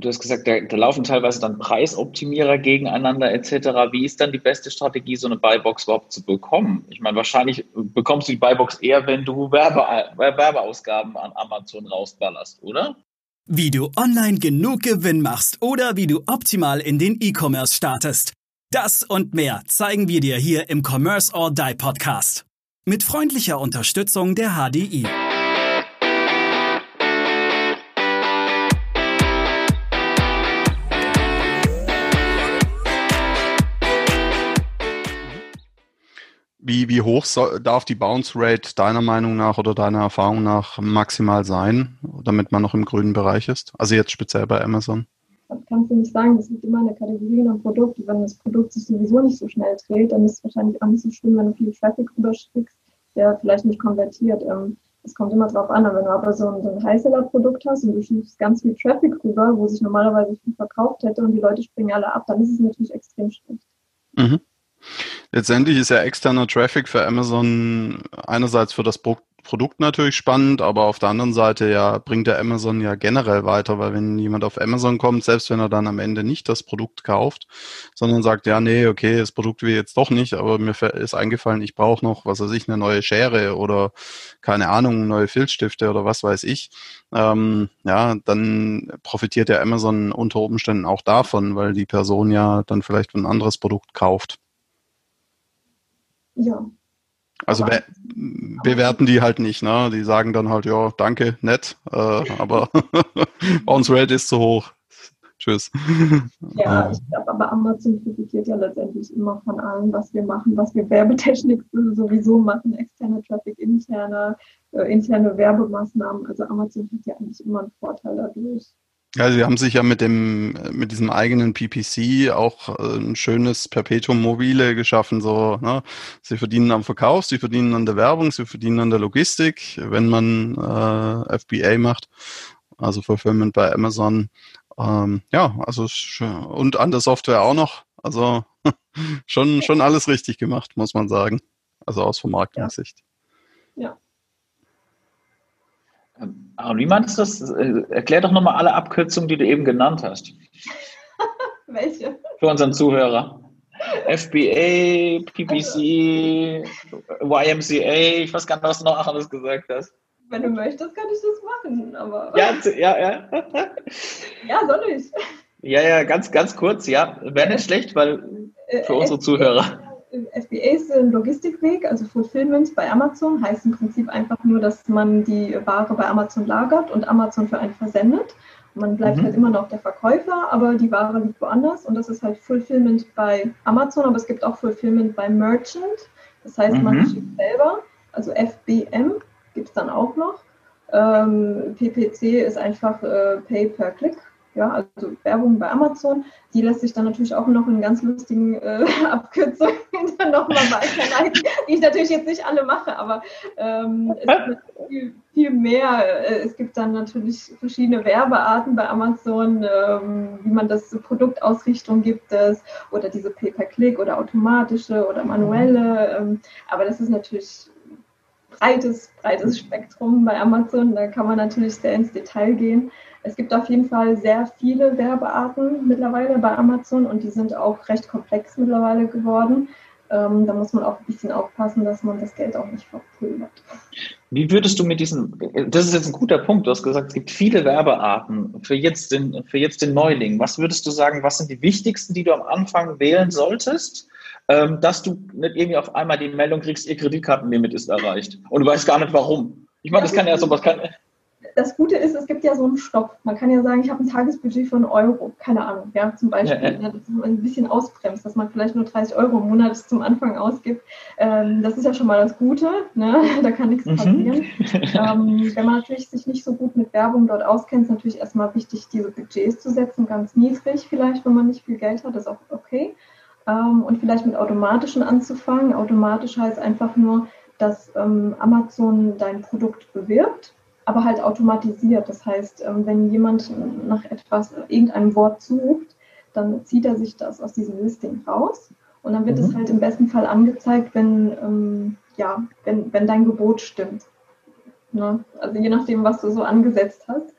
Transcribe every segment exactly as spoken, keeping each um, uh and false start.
Du hast gesagt, da, da laufen teilweise dann Preisoptimierer gegeneinander et cetera. Wie ist dann die beste Strategie, so eine Buybox überhaupt zu bekommen? Ich meine, wahrscheinlich bekommst du die Buybox eher, wenn du Werbe, Werbeausgaben an Amazon rausballerst, oder? Wie du online genug Gewinn machst oder wie du optimal in den E-Commerce startest. Das und mehr zeigen wir dir hier im Commerce or Die Podcast. Mit freundlicher Unterstützung der H D I. Wie, wie hoch soll, darf die Bounce Rate deiner Meinung nach oder deiner Erfahrung nach maximal sein, damit man noch im grünen Bereich ist? Also jetzt speziell bei Amazon. Das kannst du nicht sagen, das liegt immer in der Kategorie und am Produkt. Wenn das Produkt sich sowieso nicht so schnell dreht, dann ist es wahrscheinlich auch nicht so schlimm, wenn du viel Traffic rüberschickst, der vielleicht nicht konvertiert. Es kommt immer drauf an, wenn du aber so ein, so ein High-Seller-Produkt hast und du schickst ganz viel Traffic rüber, wo sich normalerweise viel verkauft hätte und die Leute springen alle ab, dann ist es natürlich extrem schlecht. Mhm. Letztendlich ist ja externer Traffic für Amazon einerseits für das Pro- Produkt natürlich spannend, aber auf der anderen Seite ja bringt der Amazon ja generell weiter, weil wenn jemand auf Amazon kommt, selbst wenn er dann am Ende nicht das Produkt kauft, sondern sagt, ja, nee, okay, das Produkt will ich jetzt doch nicht, aber mir ist eingefallen, ich brauche noch, was weiß ich, eine neue Schere oder keine Ahnung, neue Filzstifte oder was weiß ich, ähm, ja, dann profitiert der Amazon unter Umständen auch davon, weil die Person ja dann vielleicht ein anderes Produkt kauft. Ja. Also be- bewerten die halt nicht, ne? Die sagen dann halt, ja, danke, nett, äh, aber Bounce Rate ist zu hoch. Tschüss. Ja, ich glaube, aber Amazon profitiert ja letztendlich immer von allem, was wir machen, was wir Werbetechnik sowieso machen, externe Traffic, interne, äh, interne Werbemaßnahmen. Also Amazon hat ja eigentlich immer einen Vorteil dadurch. Ja, sie haben sich ja mit dem, mit diesem eigenen P P C auch äh, ein schönes Perpetuum mobile geschaffen, so, ne? Sie verdienen am Verkauf, sie verdienen an der Werbung, sie verdienen an der Logistik, wenn man äh, F B A macht, also Fulfillment bei Amazon. Ähm, ja, also sch- und an der Software auch noch. Also schon, schon alles richtig gemacht, muss man sagen. Also aus Vermarktungssicht. Ja. Aber wie meinst du das? Erklär doch nochmal alle Abkürzungen, die du eben genannt hast. Welche? Für unseren Zuhörer. F B A, P P C, Y M C A, ich weiß gar nicht, was du noch alles gesagt hast. Wenn du möchtest, kann ich das machen, aber... Ja, ja, ja. Ja, soll ich? Ja, ja, ganz, ganz kurz, ja. Wäre nicht schlecht, weil für unsere Zuhörer. F B A ist ein Logistikweg, also Fulfillment bei Amazon, heißt im Prinzip einfach nur, dass man die Ware bei Amazon lagert und Amazon für einen versendet. Man bleibt mhm. halt immer noch der Verkäufer, aber die Ware liegt woanders und das ist halt Fulfillment bei Amazon, aber es gibt auch Fulfillment bei Merchant, das heißt, mhm. man schickt selber, also F B M gibt es dann auch noch. Ähm, P P C ist einfach äh, Pay per Click. Ja, also Werbung bei Amazon, die lässt sich dann natürlich auch noch in ganz lustigen äh, Abkürzungen dann nochmal weiterleiten, die ich natürlich jetzt nicht alle mache, aber ähm, es gibt viel, viel mehr. Es gibt dann natürlich verschiedene Werbearten bei Amazon, ähm, wie man das Produktausrichtung gibt es oder diese Pay-per-Click oder automatische oder manuelle, ähm, aber das ist natürlich breites, breites Spektrum bei Amazon, da kann man natürlich sehr ins Detail gehen. Es gibt auf jeden Fall sehr viele Werbearten mittlerweile bei Amazon und die sind auch recht komplex mittlerweile geworden. Ähm, da muss man auch ein bisschen aufpassen, dass man das Geld auch nicht verpulvert. Wie würdest du mit diesen, das ist jetzt ein guter Punkt, du hast gesagt, es gibt viele Werbearten für jetzt den, für jetzt den Neuling. Was würdest du sagen, was sind die wichtigsten, die du am Anfang wählen solltest, ähm, dass du nicht irgendwie auf einmal die Meldung kriegst, ihr Kreditkartenlimit ist erreicht und du weißt gar nicht warum? Ich meine, das kann ja sowas, kann... Das Gute ist, es gibt ja so einen Stopp. Man kann ja sagen, ich habe ein Tagesbudget von einen Euro, keine Ahnung, ja, zum Beispiel, ja, ja. Dass man ein bisschen ausbremst, dass man vielleicht nur dreißig Euro im Monat zum Anfang ausgibt. Ähm, das ist ja schon mal das Gute, ne? Da kann nichts mhm. passieren. ähm, wenn man natürlich sich nicht so gut mit Werbung dort auskennt, ist natürlich erstmal wichtig, diese Budgets zu setzen, ganz niedrig vielleicht, wenn man nicht viel Geld hat, ist auch okay. Ähm, und vielleicht mit automatischen anzufangen. Automatisch heißt einfach nur, dass ähm, Amazon dein Produkt bewirbt, aber halt automatisiert. Das heißt, wenn jemand nach etwas, irgendeinem Wort sucht, dann zieht er sich das aus diesem Listing raus und dann wird mhm. es halt im besten Fall angezeigt, wenn, ähm, ja, wenn, wenn dein Gebot stimmt. Ne? Also je nachdem, was du so angesetzt hast.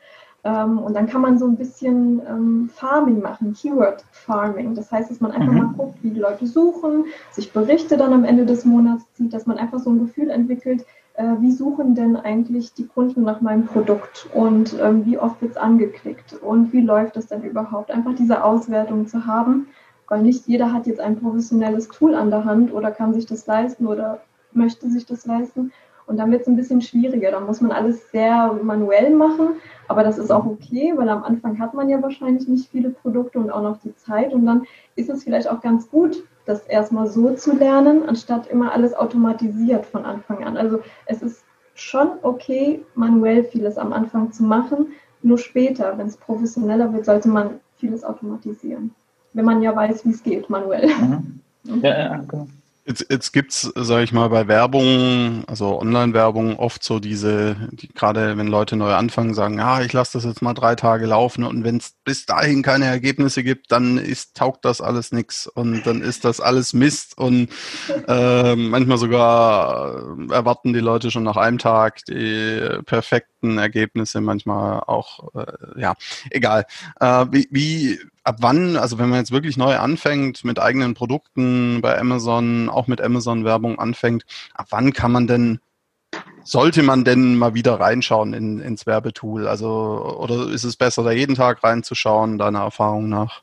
Ähm, und dann kann man so ein bisschen ähm, Farming machen, Keyword Farming. Das heißt, dass man einfach mhm. mal guckt, wie die Leute suchen, sich Berichte dann am Ende des Monats zieht, dass man einfach so ein Gefühl entwickelt, äh, wie suchen denn eigentlich die Kunden nach meinem Produkt und ähm, wie oft wird es angeklickt und wie läuft es denn überhaupt? Einfach diese Auswertung zu haben, weil nicht jeder hat jetzt ein professionelles Tool an der Hand oder kann sich das leisten oder möchte sich das leisten. Und dann wird es ein bisschen schwieriger. Da muss man alles sehr manuell machen. Aber das ist auch okay, weil am Anfang hat man ja wahrscheinlich nicht viele Produkte und auch noch die Zeit. Und dann ist es vielleicht auch ganz gut, das erstmal so zu lernen, anstatt immer alles automatisiert von Anfang an. Also es ist schon okay, manuell vieles am Anfang zu machen. Nur später, wenn es professioneller wird, sollte man vieles automatisieren. Wenn man ja weiß, wie es geht, manuell. Mhm. Ja, ja, genau. Jetzt, jetzt gibt's, sage ich mal, bei Werbung, also Online-Werbung, oft so diese, die, gerade wenn Leute neu anfangen, sagen, ja, ich lasse das jetzt mal drei Tage laufen und wenn es bis dahin keine Ergebnisse gibt, dann ist, taugt das alles nix und dann ist das alles Mist und äh, manchmal sogar erwarten die Leute schon nach einem Tag die perfekten Ergebnisse, manchmal auch, äh, ja, egal. Äh, wie, wie Ab wann, also wenn man jetzt wirklich neu anfängt mit eigenen Produkten bei Amazon, auch mit Amazon-Werbung anfängt, ab wann kann man denn, sollte man denn mal wieder reinschauen in, ins Werbetool? Also, oder ist es besser, da jeden Tag reinzuschauen, deiner Erfahrung nach?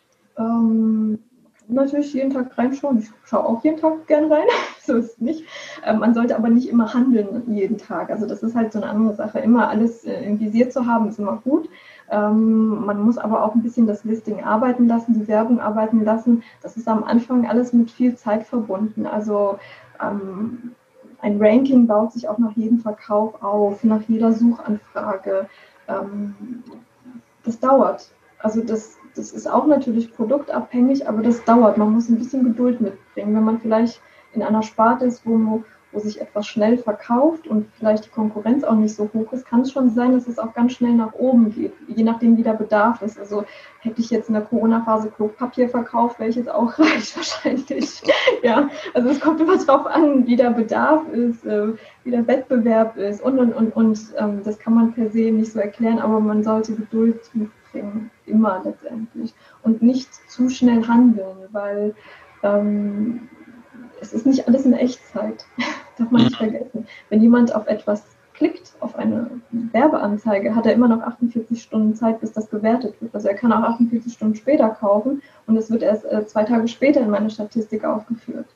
Ähm, natürlich jeden Tag reinschauen. Ich schaue auch jeden Tag gern rein. So ist es nicht. Ähm, man sollte aber nicht immer handeln jeden Tag. Also das ist halt so eine andere Sache. Immer alles äh, im Visier zu haben, ist immer gut. Ähm, man muss aber auch ein bisschen das Listing arbeiten lassen, die Werbung arbeiten lassen. Das ist am Anfang alles mit viel Zeit verbunden. Also ähm, ein Ranking baut sich auch nach jedem Verkauf auf, nach jeder Suchanfrage. Ähm, das dauert. Also das, das ist auch natürlich produktabhängig, aber das dauert. Man muss ein bisschen Geduld mitbringen. Wenn man vielleicht in einer Sparte ist, wo, wo sich etwas schnell verkauft und vielleicht die Konkurrenz auch nicht so hoch ist, kann es schon sein, dass es auch ganz schnell nach oben geht, je nachdem, wie der Bedarf ist. Also hätte ich jetzt in der Corona-Phase Klopapier verkauft, wäre ich jetzt auch reich wahrscheinlich. Ja, also es kommt immer drauf an, wie der Bedarf ist, wie der Wettbewerb ist und, und, und, und ähm, das kann man per se nicht so erklären, aber man sollte Geduld mitbringen, immer letztendlich. Und nicht zu schnell handeln, weil ähm, es ist nicht alles in Echtzeit, darf man nicht vergessen. Wenn jemand auf etwas klickt, auf eine Werbeanzeige, hat er immer noch achtundvierzig Stunden Zeit, bis das gewertet wird. Also er kann auch achtundvierzig Stunden später kaufen und es wird erst äh, zwei Tage später in meine Statistik aufgeführt.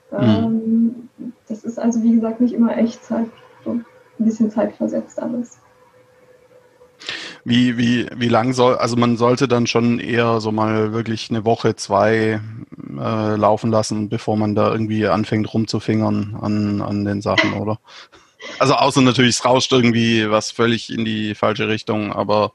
Ähm, mhm. Das ist also, wie gesagt, nicht immer Echtzeit, so ein bisschen zeitversetzt alles. Wie, wie, wie lang soll, also man sollte dann schon eher so mal wirklich eine Woche, zwei äh, laufen lassen, bevor man da irgendwie anfängt rumzufingern an, an den Sachen, oder? Also außer natürlich, es rauscht irgendwie was völlig in die falsche Richtung, aber...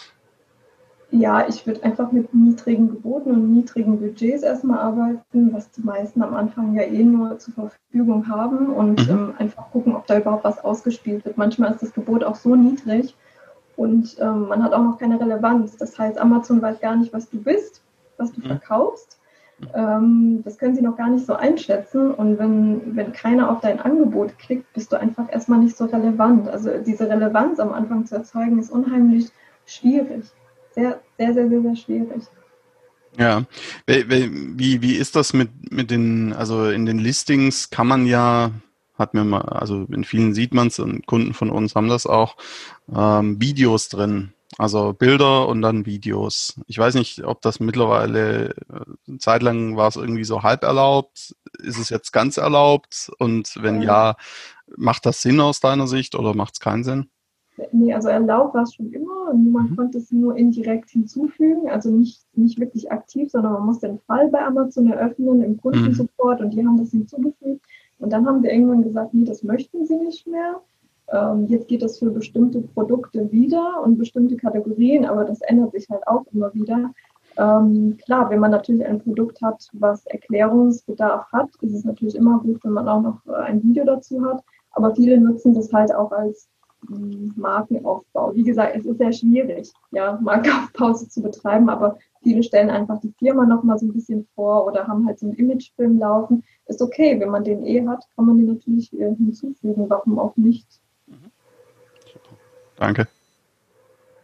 Ja, ich würde einfach mit niedrigen Geboten und niedrigen Budgets erstmal arbeiten, was die meisten am Anfang ja eh nur zur Verfügung haben und mhm. ähm, einfach gucken, ob da überhaupt was ausgespielt wird. Manchmal ist das Gebot auch so niedrig, und ähm, man hat auch noch keine Relevanz. Das heißt, Amazon weiß gar nicht, was du bist, was du mhm. verkaufst. Ähm, das können sie noch gar nicht so einschätzen. Und wenn, wenn keiner auf dein Angebot klickt, bist du einfach erstmal nicht so relevant. Also diese Relevanz am Anfang zu erzeugen, ist unheimlich schwierig. Sehr, sehr, sehr, sehr, sehr schwierig. Ja, wie, wie ist das mit, mit den, also in den Listings kann man ja, hat mir mal, also in vielen sieht man es und Kunden von uns haben das auch, ähm, Videos drin. Also Bilder und dann Videos. Ich weiß nicht, ob das mittlerweile, eine Zeit lang war es irgendwie so halb erlaubt. Ist es jetzt ganz erlaubt? Und wenn ja, macht das Sinn aus deiner Sicht oder macht es keinen Sinn? Nee, also erlaubt war es schon immer und niemand mhm. konnte es nur indirekt hinzufügen, also nicht, nicht wirklich aktiv, sondern man musste den Fall bei Amazon eröffnen im Kundensupport mhm. und die haben das hinzugefügt. Und dann haben wir irgendwann gesagt, nee, das möchten sie nicht mehr. Ähm, jetzt geht das für bestimmte Produkte wieder und bestimmte Kategorien, aber das ändert sich halt auch immer wieder. Ähm, klar, wenn man natürlich ein Produkt hat, was Erklärungsbedarf hat, ist es natürlich immer gut, wenn man auch noch ein Video dazu hat. Aber viele nutzen das halt auch als Markenaufbau. Wie gesagt, es ist sehr schwierig, ja, Markenaufbau zu betreiben, aber viele stellen einfach die Firma noch mal so ein bisschen vor oder haben halt so einen Imagefilm laufen. Ist okay, wenn man den eh hat, kann man den natürlich hinzufügen, warum auch nicht. Super. Danke.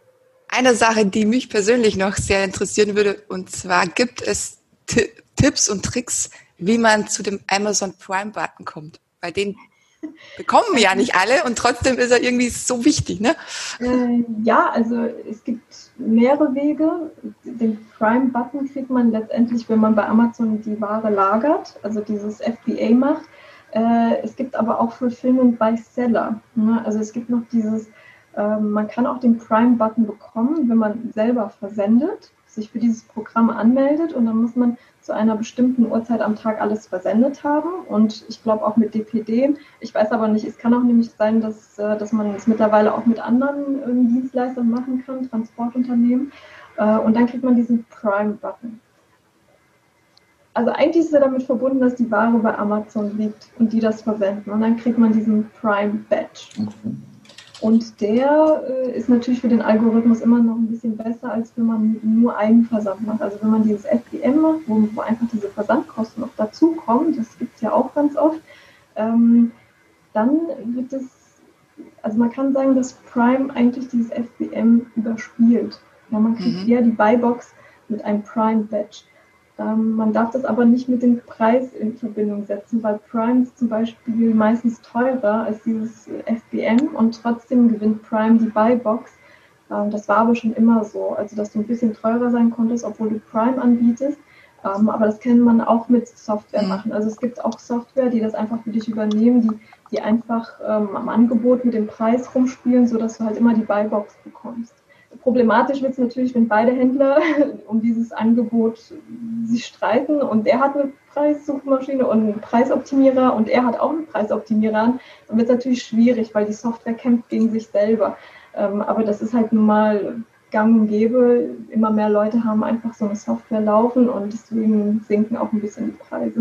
Eine Sache, die mich persönlich noch sehr interessieren würde, und zwar gibt es T- Tipps und Tricks, wie man zu dem Amazon Prime-Button kommt. Bei den bekommen ja nicht alle und trotzdem ist er irgendwie so wichtig, ne? Äh, ja, also es gibt mehrere Wege. Den Prime-Button kriegt man letztendlich, wenn man bei Amazon die Ware lagert, also dieses F B A macht. Äh, es gibt aber auch Fulfillment by Seller. Ne? Also es gibt noch dieses, äh, man kann auch den Prime-Button bekommen, wenn man selber versendet, sich für dieses Programm anmeldet und dann muss man zu einer bestimmten Uhrzeit am Tag alles versendet haben und ich glaube auch mit D P D. Ich weiß aber nicht, es kann auch nämlich sein, dass, dass man es mittlerweile auch mit anderen ähm, Dienstleistern machen kann, Transportunternehmen äh, und dann kriegt man diesen Prime-Button. Also eigentlich ist er damit verbunden, dass die Ware bei Amazon liegt und die das versenden und dann kriegt man diesen Prime-Badge. Mhm. Und der äh, ist natürlich für den Algorithmus immer noch ein bisschen besser, als wenn man nur einen Versand macht. Also wenn man dieses F B M macht, wo, wo einfach diese Versandkosten noch dazukommen, das gibt es ja auch ganz oft, ähm, dann wird es, also man kann sagen, dass Prime eigentlich dieses F B M überspielt. Ja, man kriegt mhm. eher die Buybox mit einem Prime-Badge. Ähm, man darf das aber nicht mit dem Preis in Verbindung setzen, weil Prime ist zum Beispiel meistens teurer als dieses F B M und trotzdem gewinnt Prime die Buybox. Ähm, das war aber schon immer so, also dass du ein bisschen teurer sein konntest, obwohl du Prime anbietest. Ähm, aber das kann man auch mit Software machen. Also es gibt auch Software, die das einfach für dich übernehmen, die, die einfach ähm, am Angebot mit dem Preis rumspielen, sodass du halt immer die Buybox bekommst. Problematisch wird es natürlich, wenn beide Händler um dieses Angebot sich streiten und der hat eine Preissuchmaschine und einen Preisoptimierer und er hat auch einen Preisoptimierer. Dann wird es natürlich schwierig, weil die Software kämpft gegen sich selber. Ähm, aber das ist halt nun mal gang und gäbe. Immer mehr Leute haben einfach so eine Software laufen und deswegen sinken auch ein bisschen die Preise.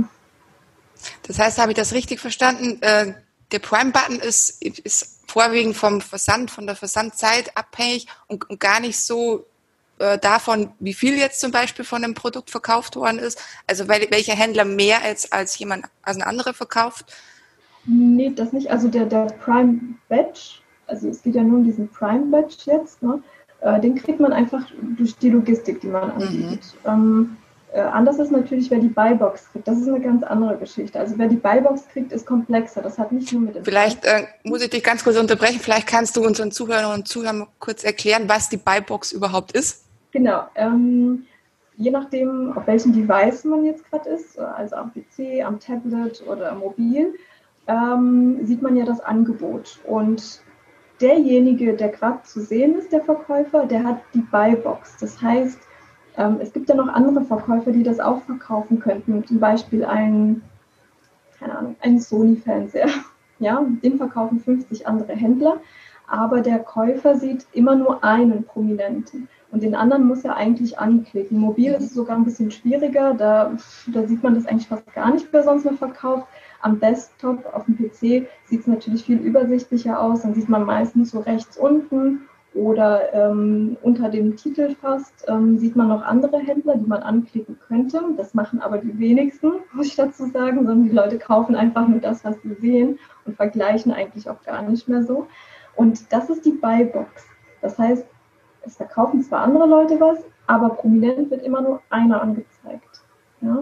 Das heißt, habe ich das richtig verstanden? Äh, der Prime-Button ist, ist vorwiegend vom Versand, von der Versandzeit abhängig und, und gar nicht so äh, davon, wie viel jetzt zum Beispiel von einem Produkt verkauft worden ist. Also wel, welcher Händler mehr als, als jemand, als ein anderer verkauft? Nee, das nicht. Also der, der Prime-Badge, also es geht ja nur um diesen Prime-Badge jetzt, ne? Äh, den kriegt man einfach durch die Logistik, die man anbietet. Mhm. Ähm, Äh, anders ist natürlich, wer die Buybox kriegt. Das ist eine ganz andere Geschichte. Also wer die Buybox kriegt, ist komplexer. Das hat nicht nur mit dem Vielleicht äh, muss ich dich ganz kurz unterbrechen. Vielleicht kannst du unseren Zuhörern und Zuhörern kurz erklären, was die Buybox überhaupt ist. Genau. Ähm, je nachdem, auf welchem Device man jetzt gerade ist, also am P C, am Tablet oder am Mobil, ähm, sieht man ja das Angebot. Und derjenige, der gerade zu sehen ist, der Verkäufer, der hat die Buybox. Das heißt, es gibt ja noch andere Verkäufer, die das auch verkaufen könnten. Zum Beispiel einen, keine Ahnung, einen Sony-Fernseher. Ja, den verkaufen fünfzig andere Händler. Aber der Käufer sieht immer nur einen Prominenten. Und den anderen muss er eigentlich anklicken. Mobil ist es sogar ein bisschen schwieriger. Da, da sieht man das eigentlich fast gar nicht, wer sonst noch verkauft. Am Desktop, auf dem P C, sieht es natürlich viel übersichtlicher aus. Dann sieht man meistens so rechts unten oder ähm, unter dem Titel fast ähm, sieht man noch andere Händler, die man anklicken könnte. Das machen aber die wenigsten, muss ich dazu sagen, sondern die Leute kaufen einfach nur das, was sie sehen und vergleichen eigentlich auch gar nicht mehr so. Und das ist die Buybox. Das heißt, es verkaufen zwar andere Leute was, aber prominent wird immer nur einer angezeigt. Ja?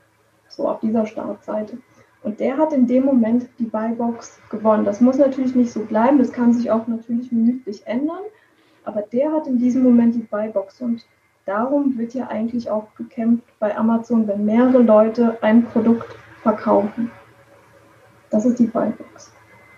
So auf dieser Startseite. Und der hat in dem Moment die Buybox gewonnen. Das muss natürlich nicht so bleiben, das kann sich auch natürlich minütlich ändern, aber der hat in diesem Moment die Buybox und darum wird ja eigentlich auch gekämpft bei Amazon, wenn mehrere Leute ein Produkt verkaufen. Das ist die Buybox.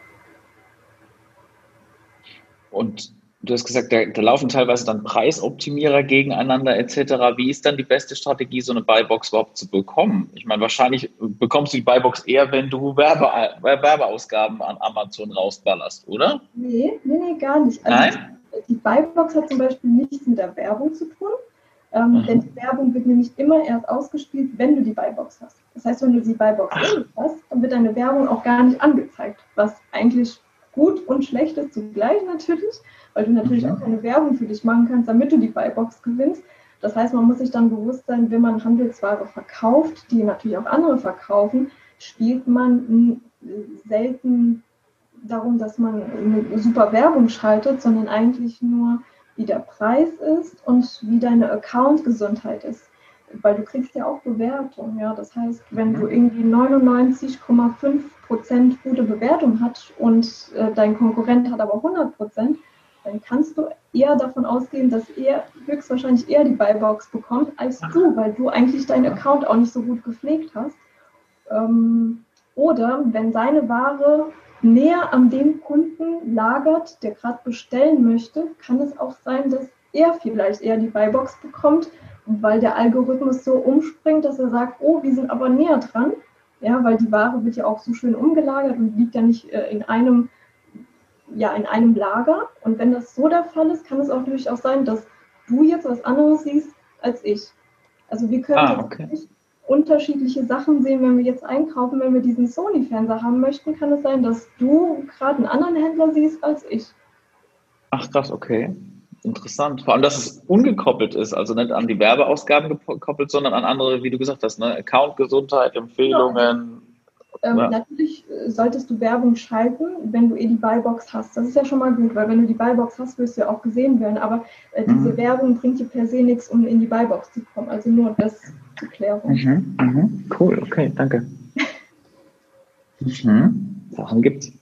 Und du hast gesagt, da, da laufen teilweise dann Preisoptimierer gegeneinander et cetera. Wie ist dann die beste Strategie, so eine Buybox überhaupt zu bekommen? Ich meine, wahrscheinlich bekommst du die Buybox eher, wenn du Werbe, Werbeausgaben an Amazon rausballerst, oder? Nee, nee, nee, gar nicht. Also Nein? Die Buybox hat zum Beispiel nichts mit der Werbung zu tun, ähm, mhm. denn die Werbung wird nämlich immer erst ausgespielt, wenn du die Buybox hast. Das heißt, wenn du die Buybox nicht hast, dann wird deine Werbung auch gar nicht angezeigt, was eigentlich gut und schlecht ist zugleich natürlich, weil du natürlich auch keine Werbung für dich machen kannst, damit du die Buybox gewinnst. Das heißt, man muss sich dann bewusst sein, wenn man Handelsware verkauft, die natürlich auch andere verkaufen, spielt man selten darum, dass man eine super Werbung schaltet, sondern eigentlich nur wie der Preis ist und wie deine Account-Gesundheit ist. Weil du kriegst ja auch Bewertungen. Ja? Das heißt, wenn du irgendwie neunundneunzig Komma fünf Prozent gute Bewertung hast und äh, dein Konkurrent hat aber hundert Prozent, dann kannst du eher davon ausgehen, dass er höchstwahrscheinlich eher die Buybox bekommt als du, weil du eigentlich deinen Account auch nicht so gut gepflegt hast. Ähm, oder wenn seine Ware näher an dem Kunden lagert, der gerade bestellen möchte, kann es auch sein, dass er vielleicht eher die Buybox bekommt, weil der Algorithmus so umspringt, dass er sagt, oh, wir sind aber näher dran, ja, weil die Ware wird ja auch so schön umgelagert und liegt ja nicht äh, in einem ja, in einem Lager. Und wenn das so der Fall ist, kann es auch durchaus sein, dass du jetzt was anderes siehst als ich. Also wir können ah, okay. unterschiedliche Sachen sehen, wenn wir jetzt einkaufen. Wenn wir diesen Sony-Fernseher haben möchten, kann es sein, dass du gerade einen anderen Händler siehst als ich. Ach krass, okay. Interessant. Vor allem, dass es ungekoppelt ist, also nicht an die Werbeausgaben gekoppelt, sondern an andere, wie du gesagt hast, ne? Account, Gesundheit, Empfehlungen. Ja. Ähm, ja. Natürlich solltest du Werbung schalten, wenn du eh die Buybox hast. Das ist ja schon mal gut, weil wenn du die Buybox hast, wirst du ja auch gesehen werden. Aber äh, diese mhm. Werbung bringt dir per se nichts, um in die Buybox zu kommen. Also nur das zur Klärung. Mhm. Mhm. Cool, okay, danke. mhm. Sachen gibt's.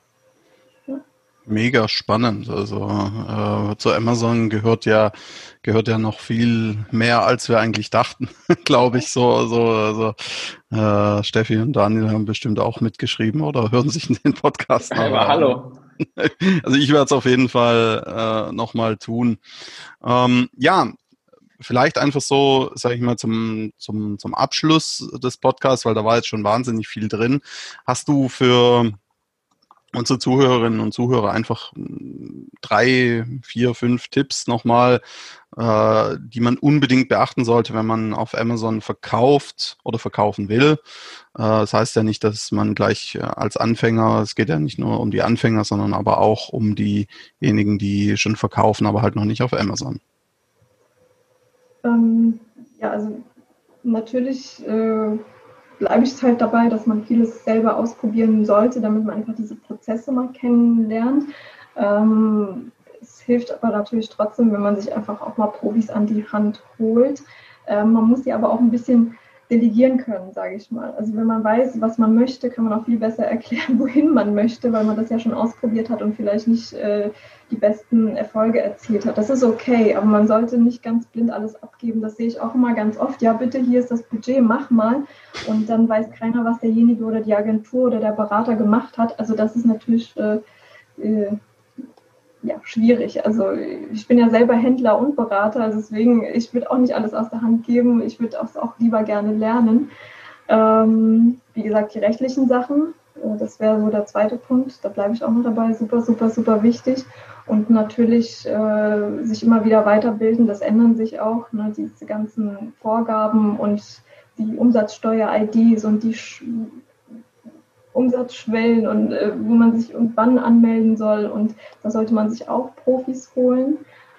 Mega spannend. Also äh, zu Amazon gehört ja gehört ja noch viel mehr, als wir eigentlich dachten, glaube ich. So so also, äh, Steffi und Daniel haben bestimmt auch mitgeschrieben oder hören sich in den Podcast noch. Ja, hallo. Also ich werde es auf jeden Fall äh, nochmal tun. Ähm, ja. Vielleicht einfach so, sage ich mal, zum, zum, zum Abschluss des Podcasts, weil da war jetzt schon wahnsinnig viel drin. Hast du für unsere Zuhörerinnen und Zuhörer einfach drei, vier, fünf Tipps nochmal, äh, die man unbedingt beachten sollte, wenn man auf Amazon verkauft oder verkaufen will? Äh, das heißt ja nicht, dass man gleich als Anfänger, es geht ja nicht nur um die Anfänger, sondern aber auch um diejenigen, die schon verkaufen, aber halt noch nicht auf Amazon. Ähm, ja, also natürlich äh, bleibe ich halt dabei, dass man vieles selber ausprobieren sollte, damit man einfach diese Prozesse mal kennenlernt. Ähm, es hilft aber natürlich trotzdem, wenn man sich einfach auch mal Profis an die Hand holt. Ähm, man muss sie aber auch ein bisschen delegieren können, sage ich mal. Also wenn man weiß, was man möchte, kann man auch viel besser erklären, wohin man möchte, weil man das ja schon ausprobiert hat und vielleicht nicht äh, die besten Erfolge erzielt hat. Das ist okay, aber man sollte nicht ganz blind alles abgeben. Das sehe ich auch immer ganz oft. Ja, bitte, hier ist das Budget, mach mal. Und dann weiß keiner, was derjenige oder die Agentur oder der Berater gemacht hat. Also das ist natürlich äh, äh, ja, schwierig. Also ich bin ja selber Händler und Berater, also deswegen, ich würde auch nicht alles aus der Hand geben. Ich würde auch, auch lieber gerne lernen. Ähm, wie gesagt, die rechtlichen Sachen, äh, das wäre so der zweite Punkt. Da bleibe ich auch noch dabei. Super, super, super wichtig. Und natürlich äh, sich immer wieder weiterbilden. Das ändern sich auch, ne, diese ganzen Vorgaben und die Umsatzsteuer-I Ds und die Sch- Umsatzschwellen und äh, wo man sich und wann anmelden soll, und da sollte man sich auch Profis holen.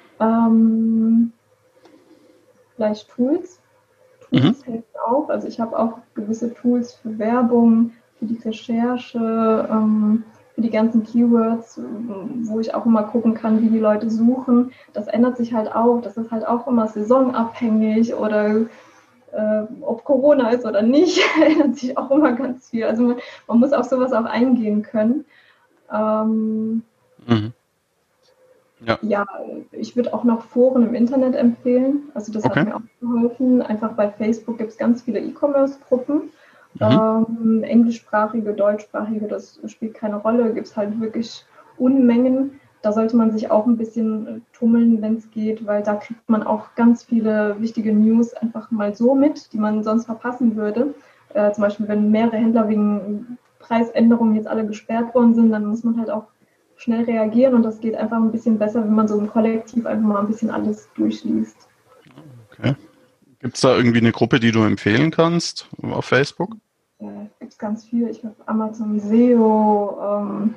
Ähm, vielleicht Tools. Tools mhm. helfen auch. Also ich habe auch gewisse Tools für Werbung, für die Recherche, ähm, für die ganzen Keywords, wo ich auch immer gucken kann, wie die Leute suchen. Das ändert sich halt auch. Das ist halt auch immer saisonabhängig oder Äh, ob Corona ist oder nicht, ändert sich auch immer ganz viel. Also man, man muss auf sowas auch eingehen können. Ähm, mhm. ja. ja, ich würde auch noch Foren im Internet empfehlen. Also das okay. hat mir auch geholfen. Einfach bei Facebook gibt es ganz viele E-Commerce-Gruppen. Mhm. Ähm, englischsprachige, deutschsprachige, das spielt keine Rolle. Gibt es halt wirklich Unmengen. Da sollte man sich auch ein bisschen tummeln, wenn es geht, weil da kriegt man auch ganz viele wichtige News einfach mal so mit, die man sonst verpassen würde. Äh, zum Beispiel, wenn mehrere Händler wegen Preisänderungen jetzt alle gesperrt worden sind, dann muss man halt auch schnell reagieren, und das geht einfach ein bisschen besser, wenn man so im Kollektiv einfach mal ein bisschen alles durchliest. Okay. Gibt es da irgendwie eine Gruppe, die du empfehlen kannst auf Facebook? Ja, gibt es ganz viel. Ich habe Amazon S E O, ähm,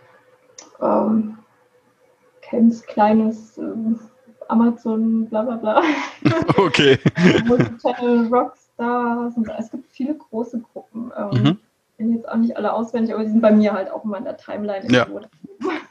ähm, kennst kleines äh, Amazon, bla bla bla. Okay. Multichannel, Rockstars, und es gibt viele große Gruppen. Ähm, mhm. Ich bin jetzt auch nicht alle auswendig, aber die sind bei mir halt auch immer in der Timeline. Ja.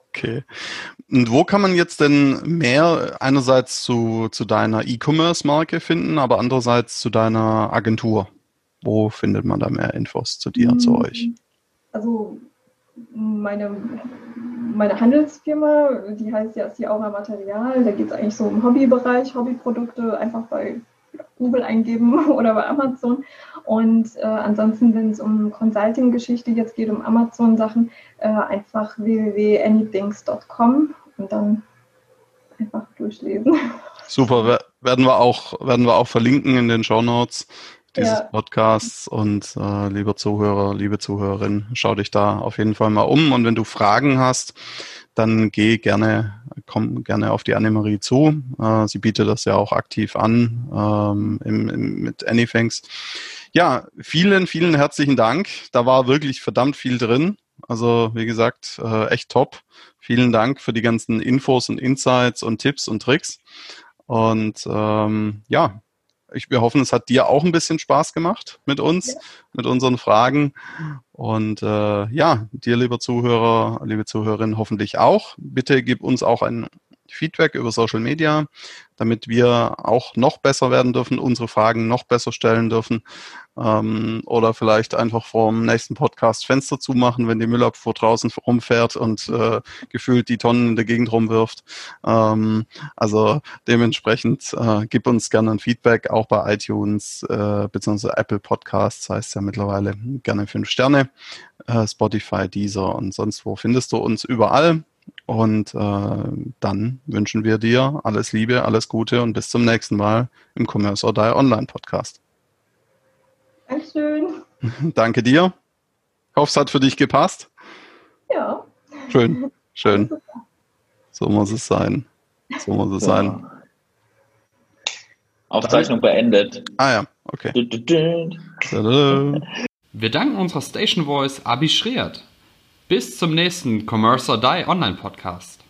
Okay. Und wo kann man jetzt denn mehr einerseits zu, zu deiner E-Commerce-Marke finden, aber andererseits zu deiner Agentur? Wo findet man da mehr Infos zu dir und zu euch? Also meine, meine Handelsfirma, die heißt ja Siaura Material, da geht es eigentlich so um Hobbybereich, Hobbyprodukte, einfach bei Google eingeben oder bei Amazon. Und äh, ansonsten, wenn es um Consulting-Geschichte jetzt geht, um Amazon-Sachen, äh, einfach w w w punkt anythings punkt com und dann einfach durchlesen. Super, werden wir auch, werden wir auch verlinken in den Shownotes dieses Ja. Podcasts. Und äh, lieber Zuhörer, liebe Zuhörerin, schau dich da auf jeden Fall mal um. Und wenn du Fragen hast, dann geh gerne, komm gerne auf die Annemarie zu. Äh, sie bietet das ja auch aktiv an ähm, im, im, mit Anythings. Ja, vielen, vielen herzlichen Dank. Da war wirklich verdammt viel drin. Also wie gesagt, äh, echt top. Vielen Dank für die ganzen Infos und Insights und Tipps und Tricks. Und ähm, ja, ich, wir hoffen, es hat dir auch ein bisschen Spaß gemacht mit uns, ja. mit unseren Fragen. Und äh, ja, dir, lieber Zuhörer, liebe Zuhörerin, hoffentlich auch. Bitte gib uns auch ein Feedback über Social Media, damit wir auch noch besser werden dürfen, unsere Fragen noch besser stellen dürfen. Ähm, oder vielleicht einfach vor dem nächsten Podcast Fenster zumachen, wenn die Müllabfuhr draußen rumfährt und äh, gefühlt die Tonnen in der Gegend rumwirft. Ähm, also dementsprechend äh, gib uns gerne ein Feedback, auch bei iTunes äh, bzw. Apple Podcasts, heißt ja mittlerweile, gerne fünf Sterne, äh, Spotify, Deezer und sonst wo findest du uns überall. Und äh, dann wünschen wir dir alles Liebe, alles Gute und bis zum nächsten Mal im Commerce or Die Online Podcast. Dankeschön. Danke dir. Ich hoffe, es hat für dich gepasst. Ja. Schön, schön. So muss es sein. So muss es ja. sein. Aufzeichnung beendet. Ah ja, okay. Du, du, du. Wir danken unserer Station Voice Abi Schreert. Bis zum nächsten Commerce or Die Online Podcast.